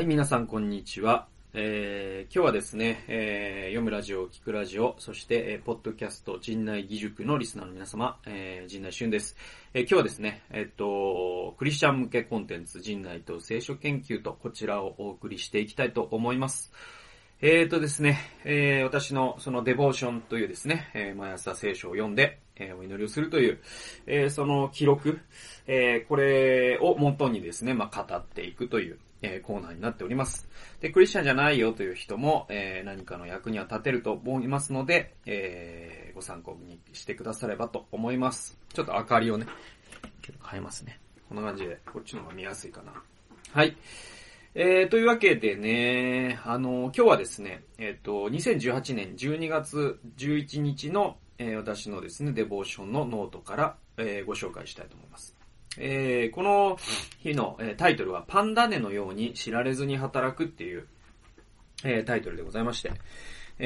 はい、皆さんこんにちは。今日はですね、読むラジオ、聞くラジオ、そして、ポッドキャスト、陣内義塾のリスナーの皆様、陣内俊です。今日はですね、クリスチャン向けコンテンツ、陣内と聖書研究と、こちらをお送りしていきたいと思います。ですね、私のそのデボーションというですね、毎朝聖書を読んで、お祈りをするという、その記録、これを元にですね、語っていくという、コーナーになっております。で、クリスチャンじゃないよという人も、何かの役には立てると思いますので、ご参考にしてくださればと思います。ちょっと明かりをね、変えますね。こんな感じで、こっちの方が見やすいかな。はい。というわけでね、今日はですね、2018年12月11日の、私のですね、デボーションのノートから、ご紹介したいと思います。この日の、タイトルはパンダネのように知られずに働くっていう、タイトルでございまして、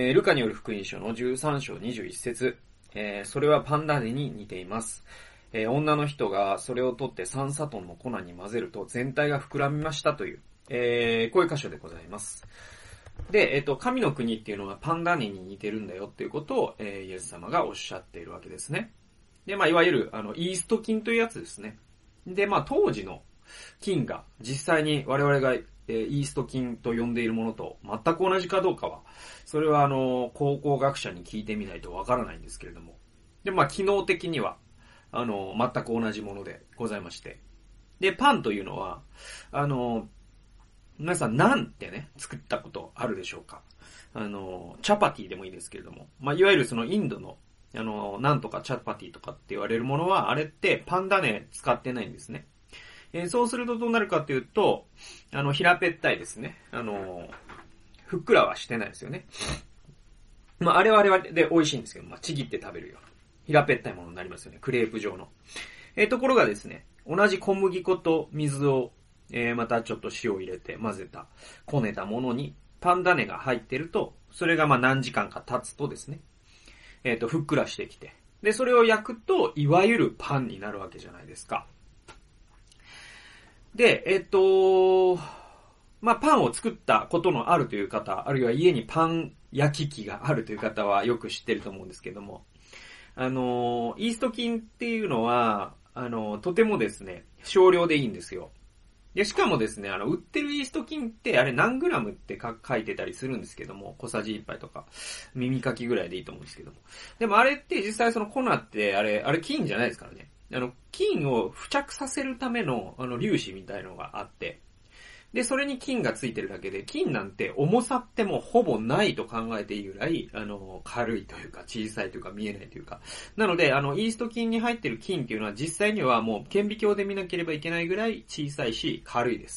ルカによる福音書の13章21節、それはパンダネに似ています。女の人がそれを取って3サトンの粉に混ぜると全体が膨らみましたという、こういう箇所でございます。で、神の国っていうのはパンダネに似てるんだよっていうことを、イエス様がおっしゃっているわけですね。で、いわゆる、イースト菌というやつですね。で、当時の菌が実際に我々が、イースト菌と呼んでいるものと全く同じかどうかは、それは考古学者に聞いてみないとわからないんですけれども。で、機能的には、全く同じものでございまして。で、パンというのは、皆さん、ナンってね、作ったことあるでしょうか？チャパティでもいいですけれども。いわゆるそのインドの、なんとかチャパティとかって言われるものは、あれってパンダネ使ってないんですね。そうするとどうなるかというと、平べったいですね。ふっくらはしてないですよね。あれはあれで美味しいんですけど、ちぎって食べるような。平べったいものになりますよね。クレープ状の。ところがですね、同じ小麦粉と水をまたちょっと塩を入れて混ぜた、こねたものにパンダネが入ってると、それが何時間か経つとですね、ふっくらしてきて、で、それを焼くと、いわゆるパンになるわけじゃないですか。で、パンを作ったことのあるという方、あるいは家にパン焼き器があるという方はよく知ってると思うんですけども、イースト菌っていうのは、とてもですね、少量でいいんですよ。で、しかもですね、売ってるイースト菌って、あれ何グラムって書いてたりするんですけども、小さじ1杯とか、耳かきぐらいでいいと思うんですけども。でもあれって実際その粉って、あれ菌じゃないですからね。菌を付着させるための、粒子みたいのがあって、で、それに菌がついてるだけで、菌なんて重さってもうほぼないと考えていいぐらい、軽いというか、小さいというか、見えないというか。なので、イースト菌に入ってる菌っていうのは実際にはもう顕微鏡で見なければいけないぐらい小さいし、軽いです。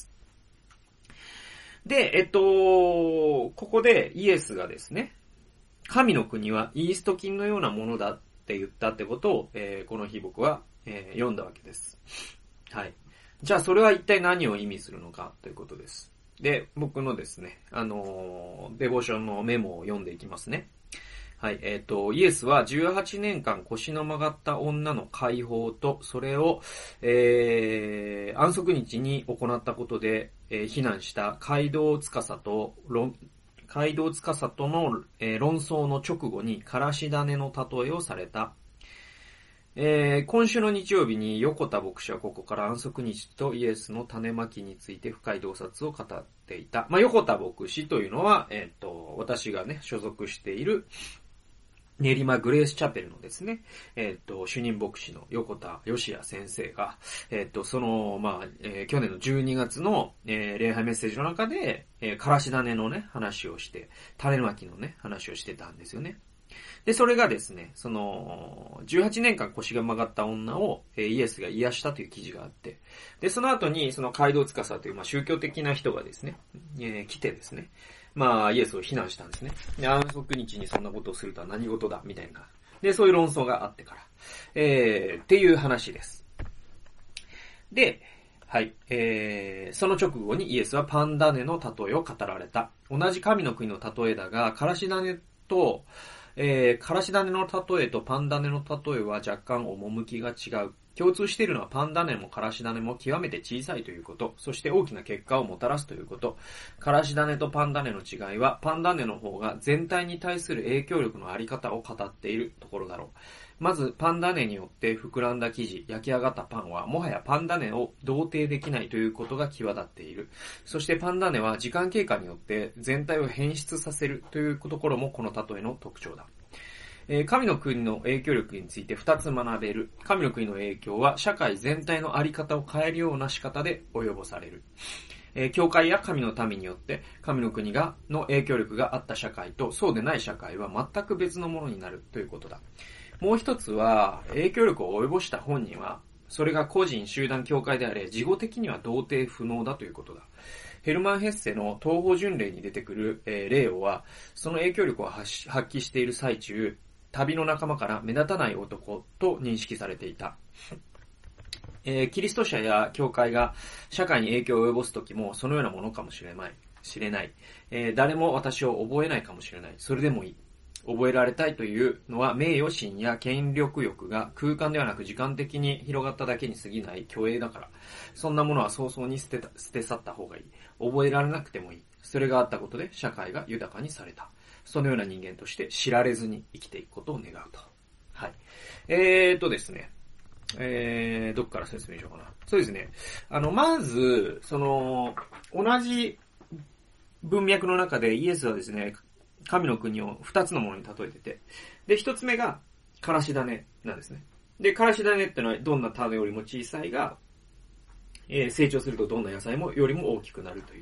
で、ここでイエスがですね、神の国はイースト菌のようなものだって言ったってことを、この日僕は、読んだわけです。はい。じゃあそれは一体何を意味するのかということです。で、僕のですね、デボーションのメモを読んでいきますね。はい、イエスは18年間腰の曲がった女の解放と、それを、安息日に行ったことで、非難した街道司との、論争の直後にからし種の例えをされた。今週の日曜日に横田牧師はここから安息日とイエスの種まきについて深い洞察を語っていた。横田牧師というのは、私がね、所属している練馬グレースチャペルのですね、主任牧師の横田義也先生が、その、去年の12月の、礼拝メッセージの中で、からし種のね、話をして、種まきのね、話をしてたんですよね。で、それがですね、その、18年間腰が曲がった女を、イエスが癒したという記事があって、で、その後に、その街道司という、宗教的な人がですね、来てですね、イエスを非難したんですね。で、安息日にそんなことをするとは何事だ、みたいな。で、そういう論争があってから、っていう話です。で、はい。その直後にイエスはパンダネの例えを語られた。同じ神の国の例えだが、からし種と、 からし種の例えとパン種の例えは若干趣が違う。共通しているのはパン種もからし種も極めて小さいということ、そして大きな結果をもたらすということ。からし種とパン種の違いは、パン種の方が全体に対する影響力のあり方を語っているところだろう。まず、パン種によって膨らんだ生地、焼き上がったパンは、もはやパン種を同定できないということが際立っている。そしてパン種は時間経過によって全体を変質させるというところもこの例えの特徴だ。神の国の影響力について2つ学べる。神の国の影響は社会全体のあり方を変えるような仕方で及ぼされる。教会や神の民によって神の国の影響力があった社会とそうでない社会は全く別のものになるということだ。もう一つは、影響力を及ぼした本人は、それが個人、集団、教会であれ、事後的には到底不能だということだ。ヘルマン・ヘッセの東方巡礼に出てくる、レオは、その影響力を発揮している最中、旅の仲間から目立たない男と認識されていた。キリスト者や教会が社会に影響を及ぼすときもそのようなものかもしれない。誰も私を覚えないかもしれない。それでもいい。覚えられたいというのは名誉心や権力欲が空間ではなく時間的に広がっただけに過ぎない虚栄だから。そんなものは早々に捨て去った方がいい。覚えられなくてもいい。それがあったことで社会が豊かにされた。そのような人間として知られずに生きていくことを願うと。はい。ですね。どっから説明しようかな。そうですね。まず、同じ文脈の中でイエスはですね、神の国を二つのものに例えてて、で、一つ目が、からし種なんですね。で、からし種ってのはどんな種よりも小さいが、成長するとどんな野菜よりも大きくなるという。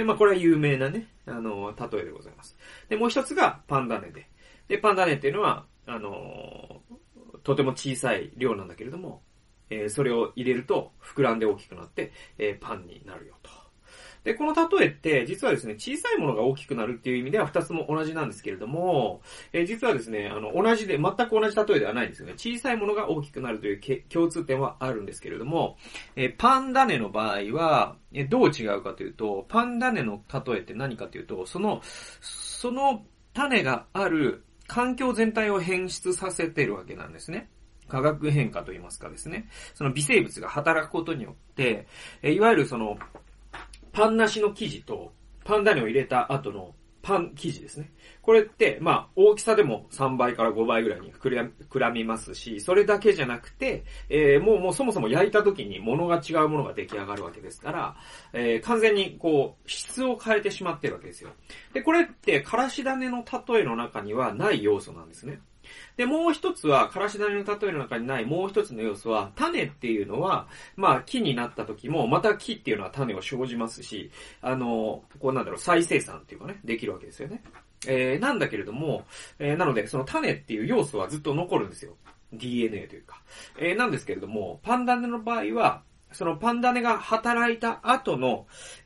これは有名なね、例えでございます。で、もう一つがパン種で。で、パン種っていうのは、とても小さい量なんだけれども、それを入れると膨らんで大きくなって、パンになるよと。で、この例えって、実はですね、小さいものが大きくなるっていう意味では二つも同じなんですけれども、実はですね、全く同じ例えではないんですよね。小さいものが大きくなるという共通点はあるんですけれども、パン種の場合は、どう違うかというと、パン種の例えって何かというと、その種がある環境全体を変質させているわけなんですね。化学変化といいますかですね。その微生物が働くことによって、いわゆるパンなしの生地とパン種を入れた後のパン生地ですね。これって、大きさでも3倍から5倍ぐらいに膨らみますし、それだけじゃなくて、もうそもそも焼いた時に物が違うものが出来上がるわけですから、完全に質を変えてしまってるわけですよ。で、これって、からし種の例えの中にはない要素なんですね。で、もう一つは、からし種の例えの中にないもう一つの要素は、種っていうのは、木になった時も、また木っていうのは種を生じますし、再生産っていうかね、できるわけですよね。なんだけれども、なので、その種っていう要素はずっと残るんですよ。DNA というか。なんですけれども、パン種の場合は、そのパン種が働いた後の、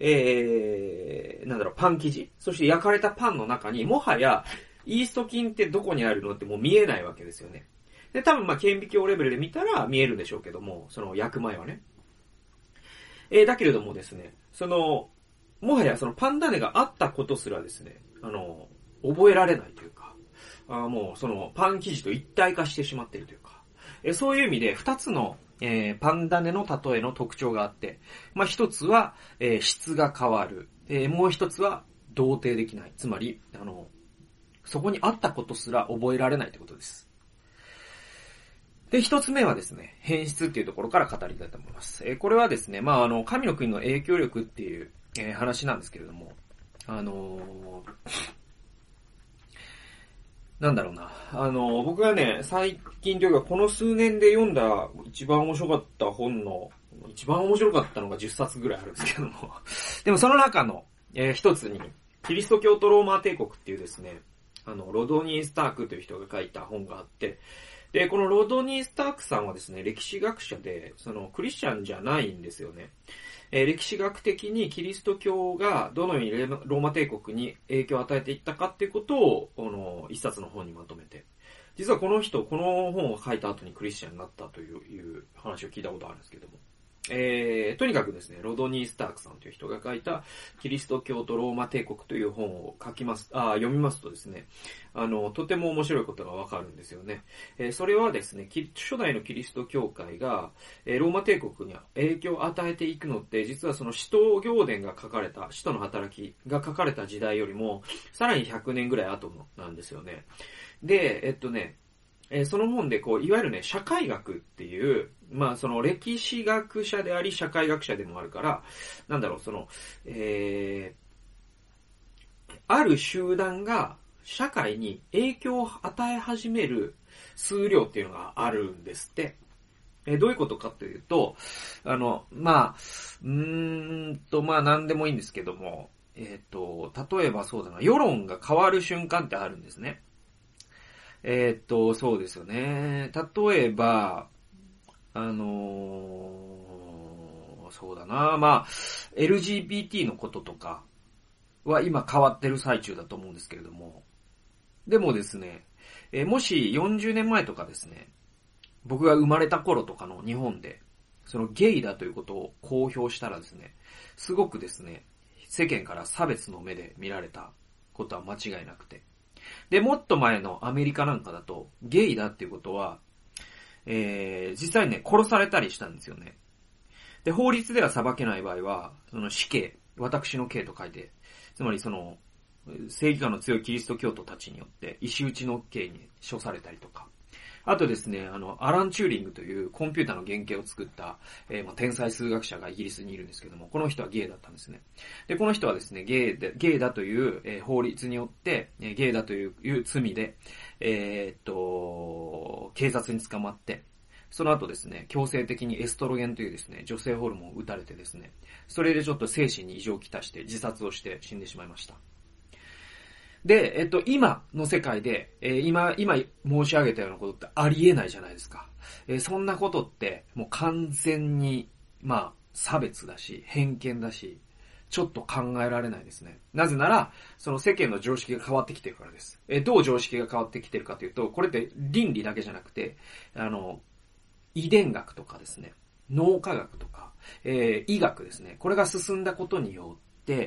パン生地、そして焼かれたパンの中に、もはや、イースト菌ってどこにあるのってもう見えないわけですよね。で、多分顕微鏡レベルで見たら見えるんでしょうけども、その焼く前はね。だけれどもですね、もはやそのパン種があったことすらですね、覚えられないというか、もうそのパン生地と一体化してしまっているというか、そういう意味で二つの、パン種の例えの特徴があって、一つは、質が変わる。もう一つは同定できない。つまり、そこにあったことすら覚えられないということです。で、一つ目はですね、変質っていうところから語りたいと思います。これはですね、神の国の影響力っていう、話なんですけれども、僕がね、最近というかこの数年で読んだ一番面白かった本の、一番面白かったのが10冊ぐらいあるんですけども、でもその中の、一つに、キリスト教とローマ帝国っていうですね、ロドニー・スタークという人が書いた本があって、で、このロドニー・スタークさんはですね、歴史学者で、クリスチャンじゃないんですよね。歴史学的にキリスト教がどのようにローマ帝国に影響を与えていったかっていうことを、一冊の本にまとめて。実はこの人、この本を書いた後にクリスチャンになったという話を聞いたことあるんですけども。 とにかくですね、ロドニー・スタークさんという人が書いたキリスト教とローマ帝国という本を読みますとですね、とても面白いことがわかるんですよね。それはですね、初代のキリスト教会が、ローマ帝国に影響を与えていくのって、実はその使徒行伝が書かれた、使徒の働きが書かれた時代よりも、さらに100年ぐらい後なんですよね。で、その本でいわゆるね、社会学っていう、その歴史学者であり、社会学者でもあるから、ある集団が社会に影響を与え始める数量っていうのがあるんですって。どういうことかというと、なんでもいいんですけども、例えばそうだな、世論が変わる瞬間ってあるんですね。そうですよね。例えば、そうだな、LGBT のこととかは今変わってる最中だと思うんですけれども、でもですね、もし40年前とかですね、僕が生まれた頃とかの日本で、そのゲイだということを公表したらですね、すごくですね、世間から差別の目で見られたことは間違いなくて。で、もっと前のアメリカなんかだと、ゲイだっていうことは、実際にね、殺されたりしたんですよね。で、法律では裁けない場合は、その死刑、私の刑と書いて、つまりその、正義感の強いキリスト教徒たちによって、石打ちの刑に処されたりとか、あとですね、アラン・チューリングというコンピュータの原型を作った、天才数学者がイギリスにいるんですけども、この人はゲイだったんですね。で、この人はですね、ゲイだという、法律によって、ゲイだという罪で、警察に捕まって、その後ですね、強制的にエストロゲンというですね、女性ホルモンを打たれてですね、それでちょっと精神に異常をきたして自殺をして死んでしまいました。で、今の世界で、今申し上げたようなことってありえないじゃないですか。そんなことってもう完全に、差別だし、偏見だし、ちょっと考えられないですね。なぜなら、その世間の常識が変わってきてるからです。どう常識が変わってきてるかというと、これって倫理だけじゃなくて、遺伝学とかですね、脳科学とか、医学ですね、これが進んだことによって、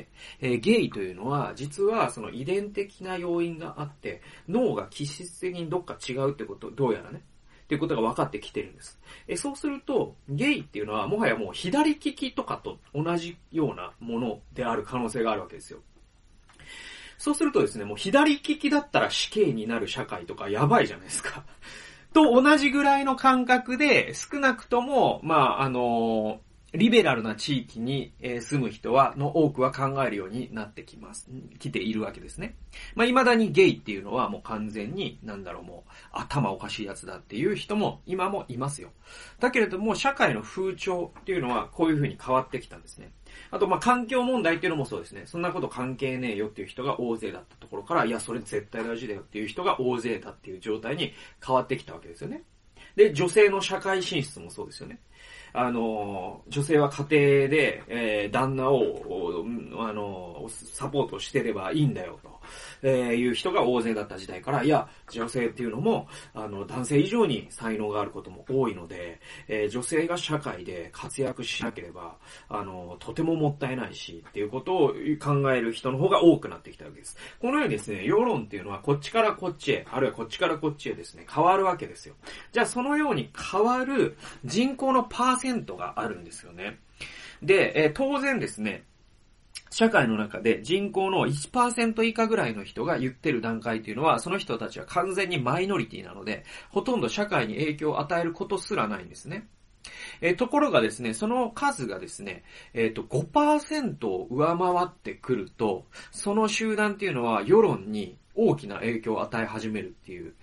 ゲイというのは実はその遺伝的な要因があって脳が気質的にどっか違うってこと、どうやらねっていうことが分かってきてるんです。そうするとゲイっていうのはもはやもう左利きとかと同じようなものである可能性があるわけですよ。そうするとですね、もう左利きだったら死刑になる社会とかやばいじゃないですか。と同じぐらいの感覚で少なくともリベラルな地域に住む人の多くは考えるようになってきているわけですね。未だにゲイっていうのはもう完全にもう頭おかしいやつだっていう人も今もいますよ。だけれども社会の風潮っていうのはこういう風に変わってきたんですね。あと環境問題っていうのもそうですね。そんなこと関係ねえよっていう人が大勢だったところから、いやそれ絶対大事だよっていう人が大勢だっていう状態に変わってきたわけですよね。で、女性の社会進出もそうですよね。女性は家庭で、旦那を、サポートしてればいいんだよと、いう人が大勢だった時代から、いや、女性っていうのも、男性以上に才能があることも多いので、女性が社会で活躍しなければ、とてももったいないし、っていうことを考える人の方が多くなってきたわけです。このようにですね、世論っていうのはこっちからこっちへ、あるいはこっちからこっちへですね、変わるわけですよ。じゃあそのように変わる人口のパーセントがあるんですよね。で、当然ですね、社会の中で人口の 1% 以下ぐらいの人が言ってる段階というのは、その人たちは完全にマイノリティなので、ほとんど社会に影響を与えることすらないんですね。ところがですね、その数がですね、5% を上回ってくると、その集団っていうのは世論に大きな影響を与え始めるっていう、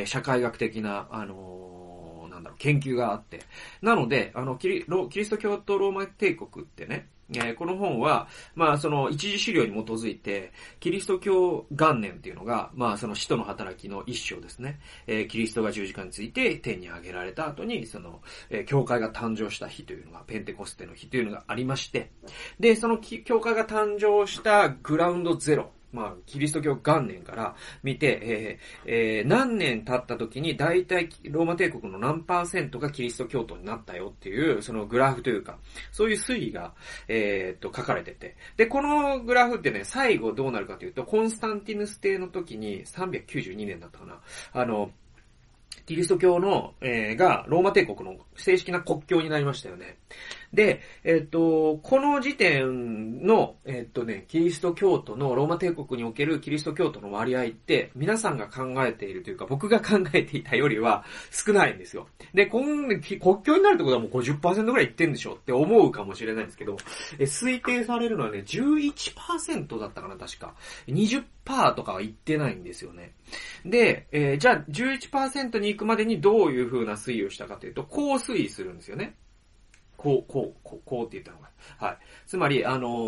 社会学的な、研究があって。なので、キリスト教とローマ帝国ってね、この本は、その一次資料に基づいて、キリスト教元年っていうのが、その使徒の働きの一章ですね。キリストが十字架について天に上げられた後に、その、教会が誕生した日というのが、ペンテコステの日というのがありまして、で、その教会が誕生したグラウンドゼロキリスト教元年から見て、何年経った時に大体ローマ帝国の何%がキリスト教徒になったよっていう、そのグラフというか、そういう推移が、書かれてて。で、このグラフってね、最後どうなるかというと、コンスタンティヌス帝の時に392年だったかな。キリスト教の、がローマ帝国の正式な国教になりましたよね。で、この時点の、キリスト教徒の、ローマ帝国におけるキリスト教徒の割合って、皆さんが考えているというか、僕が考えていたよりは少ないんですよ。で、国教になるってことはもう 50% ぐらいいってんでしょって思うかもしれないんですけど、推定されるのはね、11% だったかな、確か。20%とかは言ってないんですよね。で、じゃあ 11% に行くまでにどういう風な推移をしたかというと、こう推移するんですよね。こうって言ったのが。はい。つまり、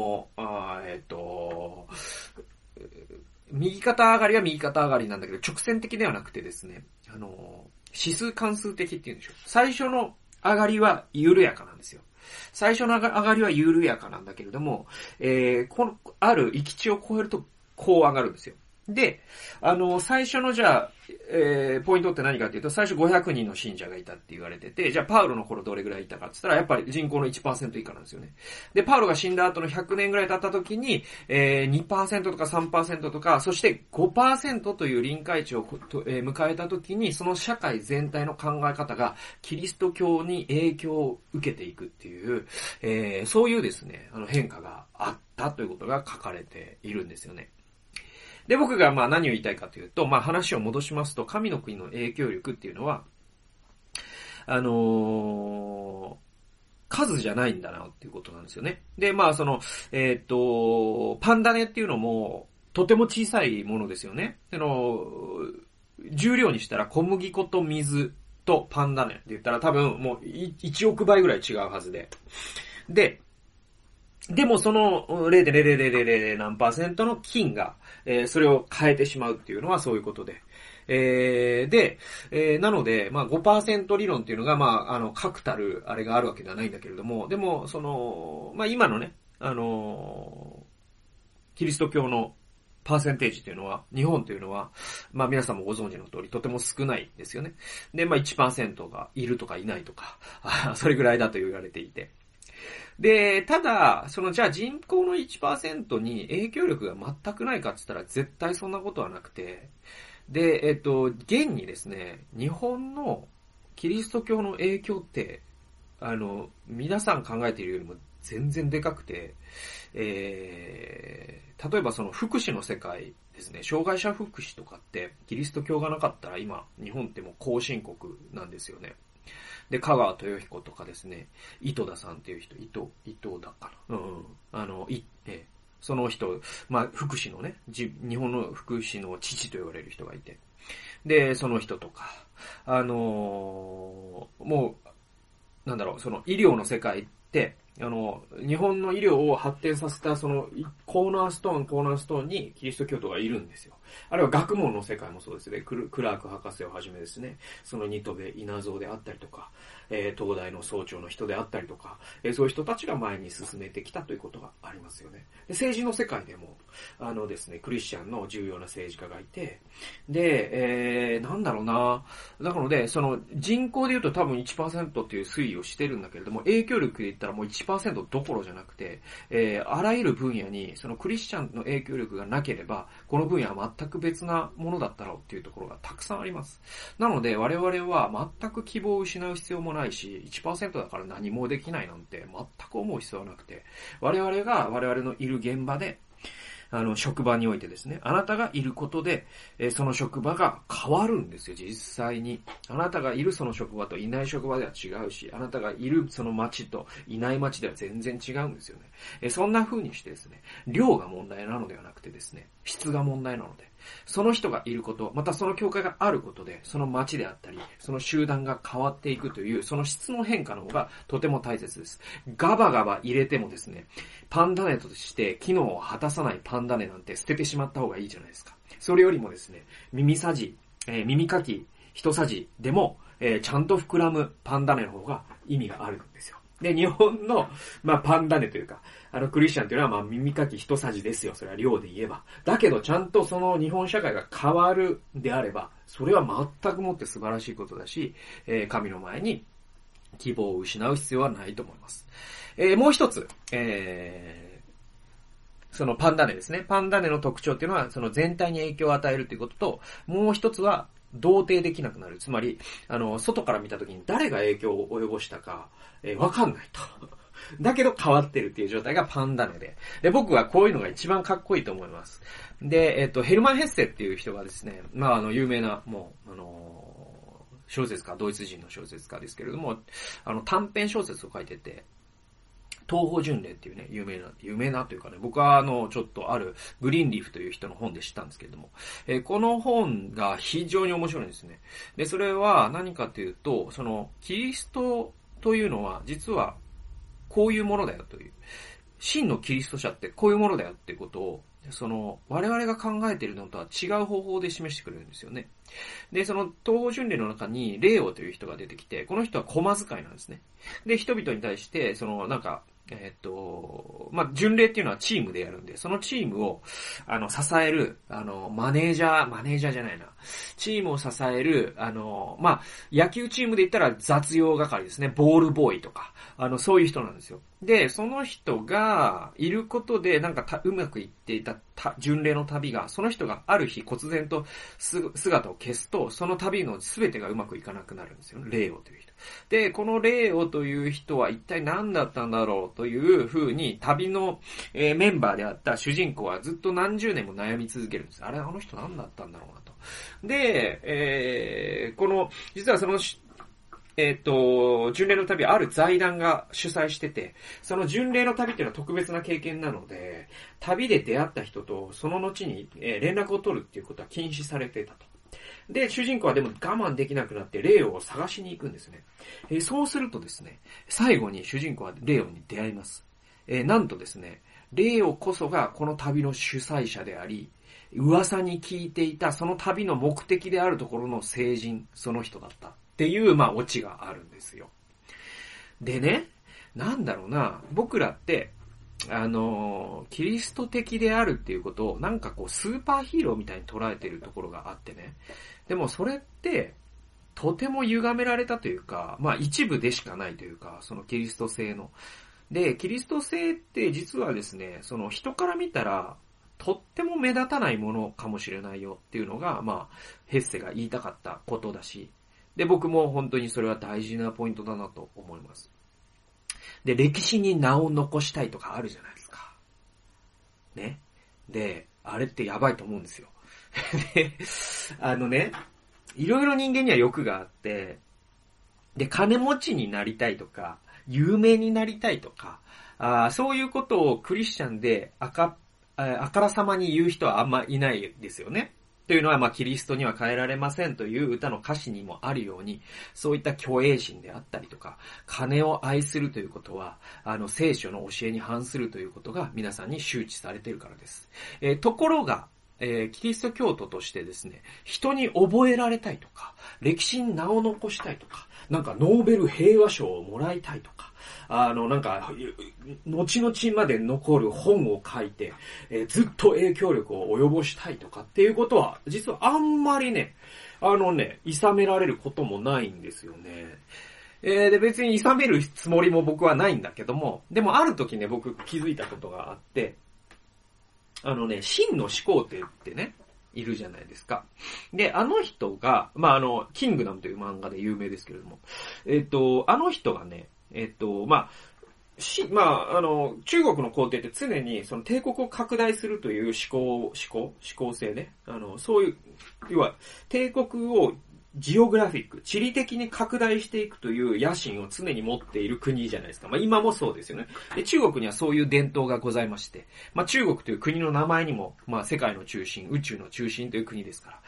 右肩上がりは右肩上がりなんだけど、直線的ではなくてですね、指数関数的っていうんでしょう。最初の上がりは緩やかなんですよ。最初の上がりは緩やかなんだけれども、ある域値を超えると、こう上がるんですよ。で、最初のじゃあ、ポイントって何かっていうと、最初500人の信者がいたって言われてて、じゃあパウロの頃どれぐらいいたかって言ったら、やっぱり人口の 1% 以下なんですよね。で、パウロが死んだ後の100年ぐらい経った時に、2% とか 3% とか、そして 5% という臨界値を迎えた時に、その社会全体の考え方がキリスト教に影響を受けていくっていう、そういうですね、変化があったということが書かれているんですよね。で、僕が何を言いたいかというと、話を戻しますと、神の国の影響力っていうのは、数じゃないんだなっていうことなんですよね。で、パンダネっていうのも、とても小さいものですよね。重量にしたら小麦粉と水とパンダネって言ったら多分もう1億倍ぐらい違うはずで。でもその 0.0000 何%の金が、それを変えてしまうっていうのはそういうことで。なので、5% 理論っていうのが、確たるあれがあるわけではないんだけれども、でも、今のね、キリスト教のパーセンテージというのは、日本というのは、皆さんもご存知の通り、とても少ないですよね。で、1% がいるとかいないとか、それぐらいだと言われていて。で、ただ、じゃあ人口の 1% に影響力が全くないかって言ったら絶対そんなことはなくて、で、現にですね、日本のキリスト教の影響って、皆さん考えているよりも全然でかくて、例えば福祉の世界ですね、障害者福祉とかって、キリスト教がなかったら今、日本ってもう後進国なんですよね。で、香川豊彦とかですね、糸田さんっていう人、糸田かな。その人、福祉のね、日本の福祉の父と言われる人がいて。で、その人とか、もう、医療の世界って、日本の医療を発展させた、コーナーストーンにキリスト教徒がいるんですよ。あるいは学問の世界もそうですね。クラーク博士をはじめですね、新渡戸稲造であったりとか、東大の総長の人であったりとか、そういう人たちが前に進めてきたということがありますよね。で、政治の世界でも、ですね、クリスチャンの重要な政治家がいて、で、なので、人口で言うと多分 1% っていう推移をしてるんだけれども、影響力で言ったらもう 1% どころじゃなくて、あらゆる分野に、クリスチャンの影響力がなければ、この分野は全く別なものだったろうっていうところがたくさんあります。なので、我々は全く希望を失う必要もないし、1% だから何もできないなんて全く思う必要はなくて、我々のいる現場で、職場においてですね、あなたがいることで、その職場が変わるんですよ、実際に。あなたがいるその職場といない職場では違うし、あなたがいるその街といない街では全然違うんですよね。そんな風にしてですね、量が問題なのではなくてですね、質が問題なので、その人がいること、またその教会があることで、その街であったり、その集団が変わっていくという、その質の変化の方がとても大切です。ガバガバ入れてもですね、パンダネとして機能を果たさないパンダネなんて捨ててしまった方がいいじゃないですか。それよりもですね、耳かき、一さじでも、ちゃんと膨らむパンダネの方が意味があるんですよ。 で、日本の、パンダネというか、クリスチャンというのは耳かき一さじですよ。それは量で言えば。だけど、ちゃんとその日本社会が変わるであれば、それは全くもって素晴らしいことだし、神の前に希望を失う必要はないと思います。もう一つ、そのパンダネですね。パンダネの特徴っていうのは、その全体に影響を与えるということと、もう一つは、同定できなくなる。つまり、外から見たときに誰が影響を及ぼしたか、わかんないと。だけど変わってるっていう状態がパンダネで。で、僕はこういうのが一番かっこいいと思います。で、ヘルマン・ヘッセっていう人がですね、有名な、もう、小説家、ドイツ人の小説家ですけれども、短編小説を書いてて、東方巡礼っていうね、有名なというかね、僕はちょっとあるグリーンリーフという人の本で知ったんですけれども、この本が非常に面白いんですね。で、それは何かというと、その、キリストというのは実はこういうものだよという、真のキリスト者ってこういうものだよっていうことを、我々が考えているのとは違う方法で示してくれるんですよね。で、その東方巡礼の中にレオという人が出てきて、この人は駒使いなんですね。で、人々に対して、巡礼っていうのはチームでやるんで、そのチームを、支える、マネージャーじゃないな。チームを支える、野球チームで言ったら雑用係ですね。ボールボーイとか、そういう人なんですよ。で、その人がいることで、うまくいっていた巡礼の旅が、その人がある日、忽然と姿を消すと、その旅の全てがうまくいかなくなるんですよ。レイオという人。で、このレイオという人は一体何だったんだろうという風に、旅の、メンバーであった主人公はずっと何十年も悩み続けるんです。あれ、あの人何だったんだろうなと。で、実はその、巡礼の旅はある財団が主催してて、その巡礼の旅っていうのは特別な経験なので、旅で出会った人とその後に連絡を取るっていうことは禁止されていたと。で、主人公はでも我慢できなくなってレイオを探しに行くんですね。そうするとですね、最後に主人公はレイオに出会います。なんとですね、レイオこそがこの旅の主催者であり、噂に聞いていたその旅の目的であるところの聖人、その人だった。っていう、オチがあるんですよ。でね、僕らって、キリスト的であるっていうことを、スーパーヒーローみたいに捉えているところがあってね。でもそれって、とても歪められたというか、一部でしかないというか、そのキリスト性の。で、キリスト性って実はですね、その人から見たら、とっても目立たないものかもしれないよっていうのが、ヘッセが言いたかったことだし、で、僕も本当にそれは大事なポイントだなと思います。で、歴史に名を残したいとかあるじゃないですか。ね。で、あれってやばいと思うんですよ。で、いろいろ人間には欲があって、で、金持ちになりたいとか、有名になりたいとか、そういうことをクリスチャンであからさまに言う人はあんまいないですよね。というのは、キリストには変えられませんという歌の歌詞にもあるように、そういった虚栄心であったりとか、金を愛するということは、聖書の教えに反するということが皆さんに周知されているからです。ところが、キリスト教徒としてですね、人に覚えられたいとか、歴史に名を残したいとか、ノーベル平和賞をもらいたいとか、後々まで残る本を書いて、ずっと影響力を及ぼしたいとかっていうことは、実はあんまりね、諌められることもないんですよね。で、別に諌めるつもりも僕はないんだけども、でもある時ね、僕気づいたことがあって、真の始皇帝ってね、いるじゃないですか。で、あの人が、キングダムという漫画で有名ですけれども、あの人がね、中国の皇帝って常にその帝国を拡大するという思考性ね。そういう、要は、帝国をジオグラフィック、地理的に拡大していくという野心を常に持っている国じゃないですか。今もそうですよね。で、中国にはそういう伝統がございまして、中国という国の名前にも、世界の中心、宇宙の中心という国ですから。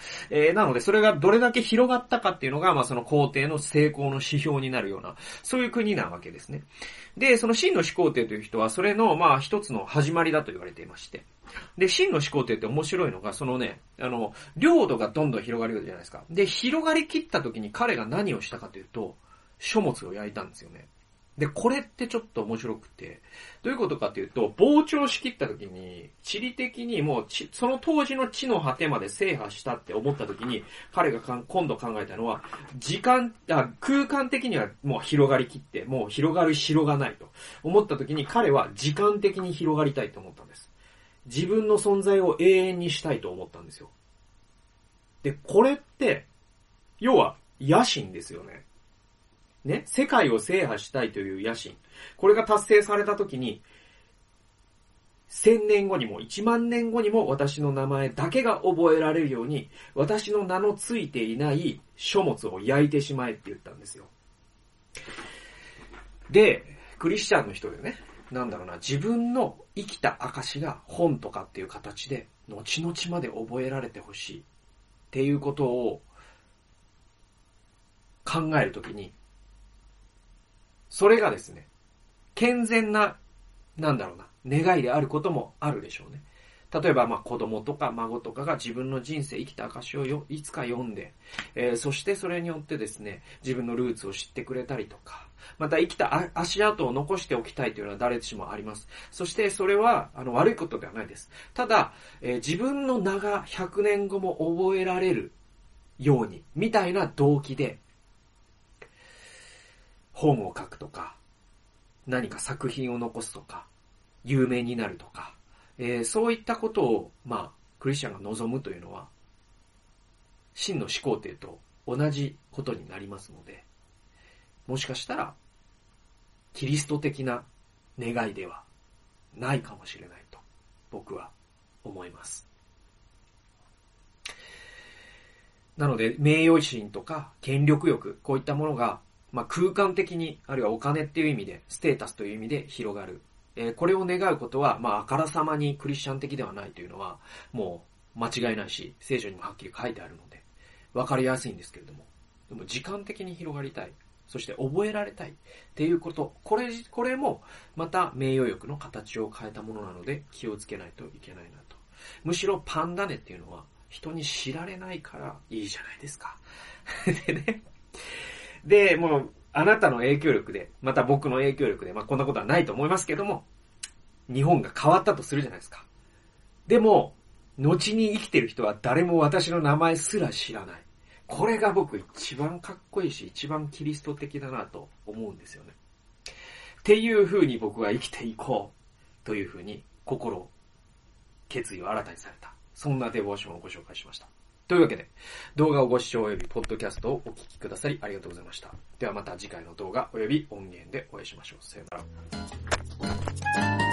なので、それがどれだけ広がったかっていうのが、その皇帝の成功の指標になるような、そういう国なわけですね。で、その真の始皇帝という人は、それの、一つの始まりだと言われていまして。で、真の始皇帝って面白いのが、そのね、領土がどんどん広がるじゃないですか。で、広がりきった時に彼が何をしたかというと、書物を焼いたんですよね。 で、これってちょっと面白くて、どういうことかというと、膨張しきった時に、地理的にもうその当時の地の果てまで制覇したって思った時に、彼が今度考えたのは、空間的にはもう広がりきって、もう広がる城がないと思った時に、彼は時間的に広がりたいと思ったんです。自分の存在を永遠にしたいと思ったんですよ。で、これって、要は野心ですよね。ね、世界を制覇したいという野心。これが達成されたときに、1000年後にも1万年後にも私の名前だけが覚えられるように、私の名のついていない書物を焼いてしまえって言ったんですよ。で、クリスチャンの人でね、自分の生きた証が本とかっていう形で、後々まで覚えられてほしいっていうことを考えるときに、それがですね、健全な、願いであることもあるでしょうね。例えば、子供とか孫とかが自分の人生、生きた証をいつか読んで、そしてそれによってですね、自分のルーツを知ってくれたりとか、また生きた足跡を残しておきたいというのは誰しもあります。そしてそれは、悪いことではないです。ただ、自分の名が100年後も覚えられるように、みたいな動機で、本を書くとか、何か作品を残すとか、有名になるとか、そういったことを、クリスチャンが望むというのは、真の始皇帝と同じことになりますので、もしかしたら、キリスト的な願いではないかもしれないと、僕は思います。なので、名誉心とか権力欲、こういったものが、空間的に、あるいはお金っていう意味で、ステータスという意味で広がる。これを願うことは、あからさまにクリスチャン的ではないというのは、もう間違いないし、聖書にもはっきり書いてあるので、わかりやすいんですけれども、でも時間的に広がりたい。そして覚えられたいっていうこと、これもまた名誉欲の形を変えたものなので気をつけないといけないなと。むしろパンダネっていうのは人に知られないからいいじゃないですか。でね。で、もう、あなたの影響力で、また僕の影響力で、こんなことはないと思いますけども、日本が変わったとするじゃないですか。でも、後に生きてる人は誰も私の名前すら知らない。これが僕一番かっこいいし、一番キリスト的だなと思うんですよね。っていう風に僕は生きていこうという風に決意を新たにされた。そんなデボーションをご紹介しました。というわけで、動画をご視聴及びポッドキャストをお聞きくださりありがとうございました。ではまた次回の動画及び音源でお会いしましょう。さよなら。